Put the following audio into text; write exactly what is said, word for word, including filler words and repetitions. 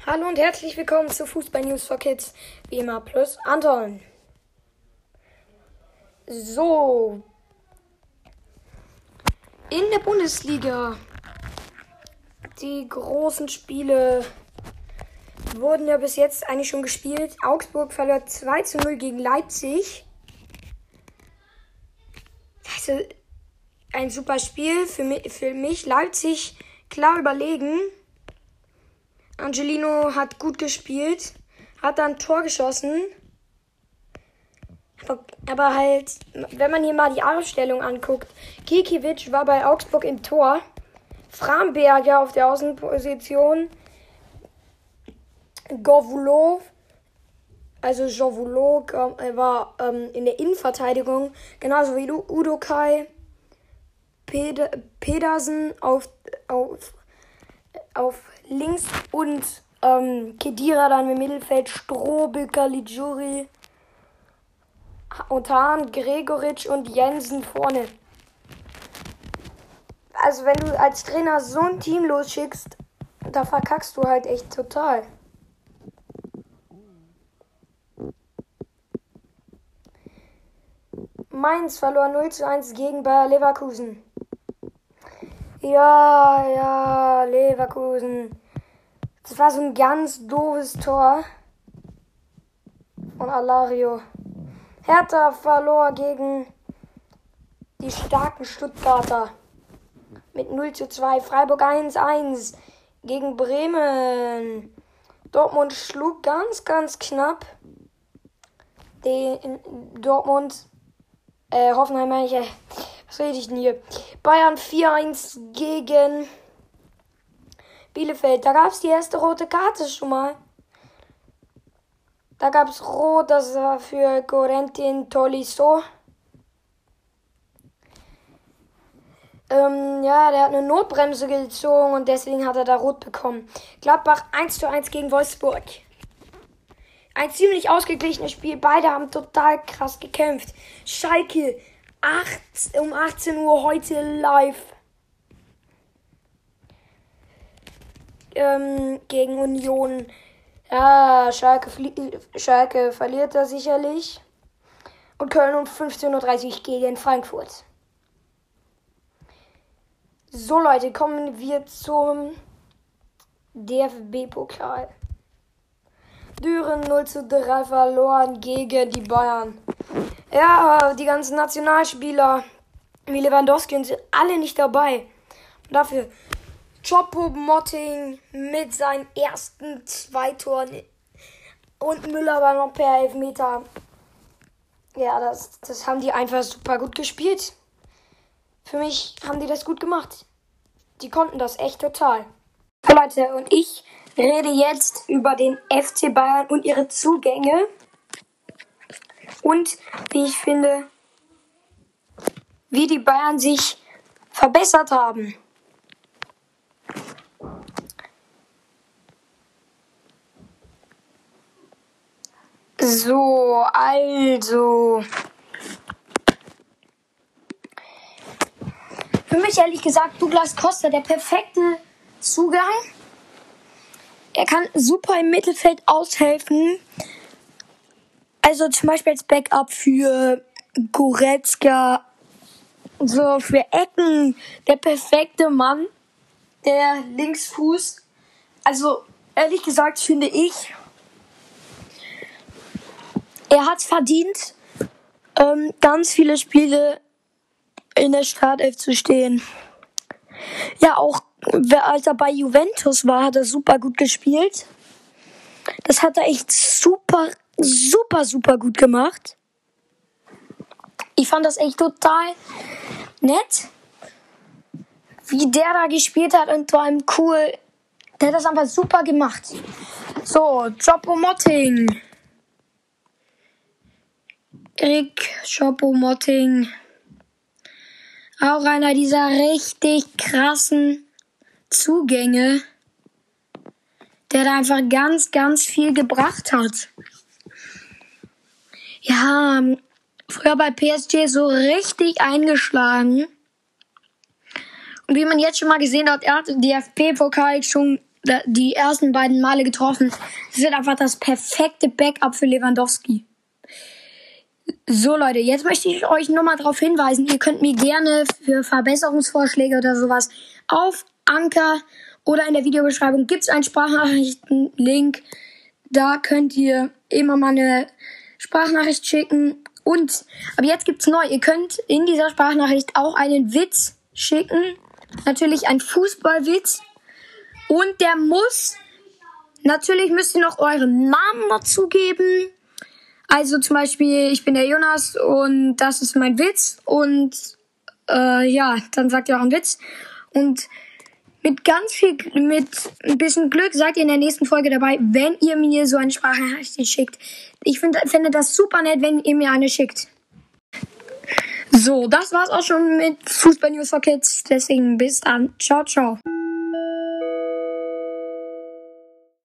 Hallo und herzlich willkommen zu Fußball News for Kids, wie immer plus Anton. So, in der Bundesliga, die großen Spiele wurden ja bis jetzt eigentlich schon gespielt. Augsburg verlor zwei zu null gegen Leipzig. Also ein super Spiel für mich, für mich. Leipzig klar überlegen. Angelino hat gut gespielt, hat dann ein Tor geschossen. Aber, aber halt, wenn man hier mal die Aufstellung anguckt, Gikiewicz war bei Augsburg im Tor, Framberger auf der Außenposition, Govulov, also Jovulov äh, war ähm, in der Innenverteidigung, genauso wie Udo Kai, Ped- Pedersen auf, auf, auf links und ähm, Kedira dann im Mittelfeld, Strobel, Caligiuri und Hahn, Gregoritsch und Jensen vorne. Also wenn du als Trainer so ein Team losschickst, da verkackst du halt echt total. Mainz verlor null zu eins gegen Bayer Leverkusen. Ja, ja, Leverkusen. Das war so ein ganz doofes Tor von Alario. Hertha verlor gegen die starken Stuttgarter mit null zu zwei. Freiburg eins zu eins gegen Bremen. Dortmund schlug ganz, ganz knapp den Dortmund, äh, Hoffenheim meine ich, äh, was rede ich denn hier? Bayern vier eins gegen Bielefeld. Da gab es die erste rote Karte schon mal. Da gab es Rot, das war für Corentin Tolisso. Ähm, ja, der hat eine Notbremse gezogen und deswegen hat er da Rot bekommen. Gladbach eins zu eins gegen Wolfsburg. Ein ziemlich ausgeglichenes Spiel. Beide haben total krass gekämpft. Schalke acht, um achtzehn Uhr heute live ähm, gegen Union. Ja, Schalke, Schalke verliert da sicherlich. Und Köln um fünfzehn Uhr dreißig gegen Frankfurt. So Leute, kommen wir zum D F B-Pokal. Düren null zu drei verloren gegen die Bayern. Ja, die ganzen Nationalspieler wie Lewandowski sind alle nicht dabei. Und dafür Choupo-Moting mit seinen ersten zwei Toren und Müller war noch per Elfmeter. Ja, das, das haben die einfach super gut gespielt. Für mich haben die das gut gemacht. Die konnten das echt total. So Leute, und ich rede jetzt über den F C Bayern und ihre Zugänge. Und wie ich finde, wie die Bayern sich verbessert haben. So, also. Für mich ehrlich gesagt Douglas Costa der perfekte Zugang. Er kann super im Mittelfeld aushelfen. Also zum Beispiel als Backup für Goretzka. So für Ecken. Der perfekte Mann. Der Linksfuß. Also ehrlich gesagt finde ich, er hat verdient, ähm, ganz viele Spiele in der Startelf zu stehen. Ja, auch als er bei Juventus war, hat er super gut gespielt. Das hat er echt super, super, super gut gemacht. Ich fand das echt total nett, wie der da gespielt hat und vor allem cool. Der hat das einfach super gemacht. So, Choupo-Moting. Rick Choupo-Moting. Auch einer dieser richtig krassen Zugänge, der da einfach ganz, ganz viel gebracht hat. Ja, früher bei P S G so richtig eingeschlagen. Und wie man jetzt schon mal gesehen hat, er hat den D F B-Pokal schon die ersten beiden Male getroffen. Das wird einfach das perfekte Backup für Lewandowski. So Leute, jetzt möchte ich euch nochmal darauf hinweisen, ihr könnt mir gerne für Verbesserungsvorschläge oder sowas auf Anchor oder in der Videobeschreibung gibt's einen Sprachnachrichten-Link. Da könnt ihr immer mal eine Sprachnachricht schicken. Und, aber jetzt gibt's neu, ihr könnt in dieser Sprachnachricht auch einen Witz schicken. Natürlich ein Fußballwitz. Und der muss, natürlich müsst ihr noch euren Namen dazu geben. Also zum Beispiel, ich bin der Jonas und das ist mein Witz. Und äh, ja, dann sagt ihr auch einen Witz. Und mit ganz viel, mit ein bisschen Glück seid ihr in der nächsten Folge dabei, wenn ihr mir so eine Sprachnachricht schickt. Ich finde finde das super nett, wenn ihr mir eine schickt. So, das war's auch schon mit Fußball News for Kids. Deswegen bis dann. Ciao, ciao.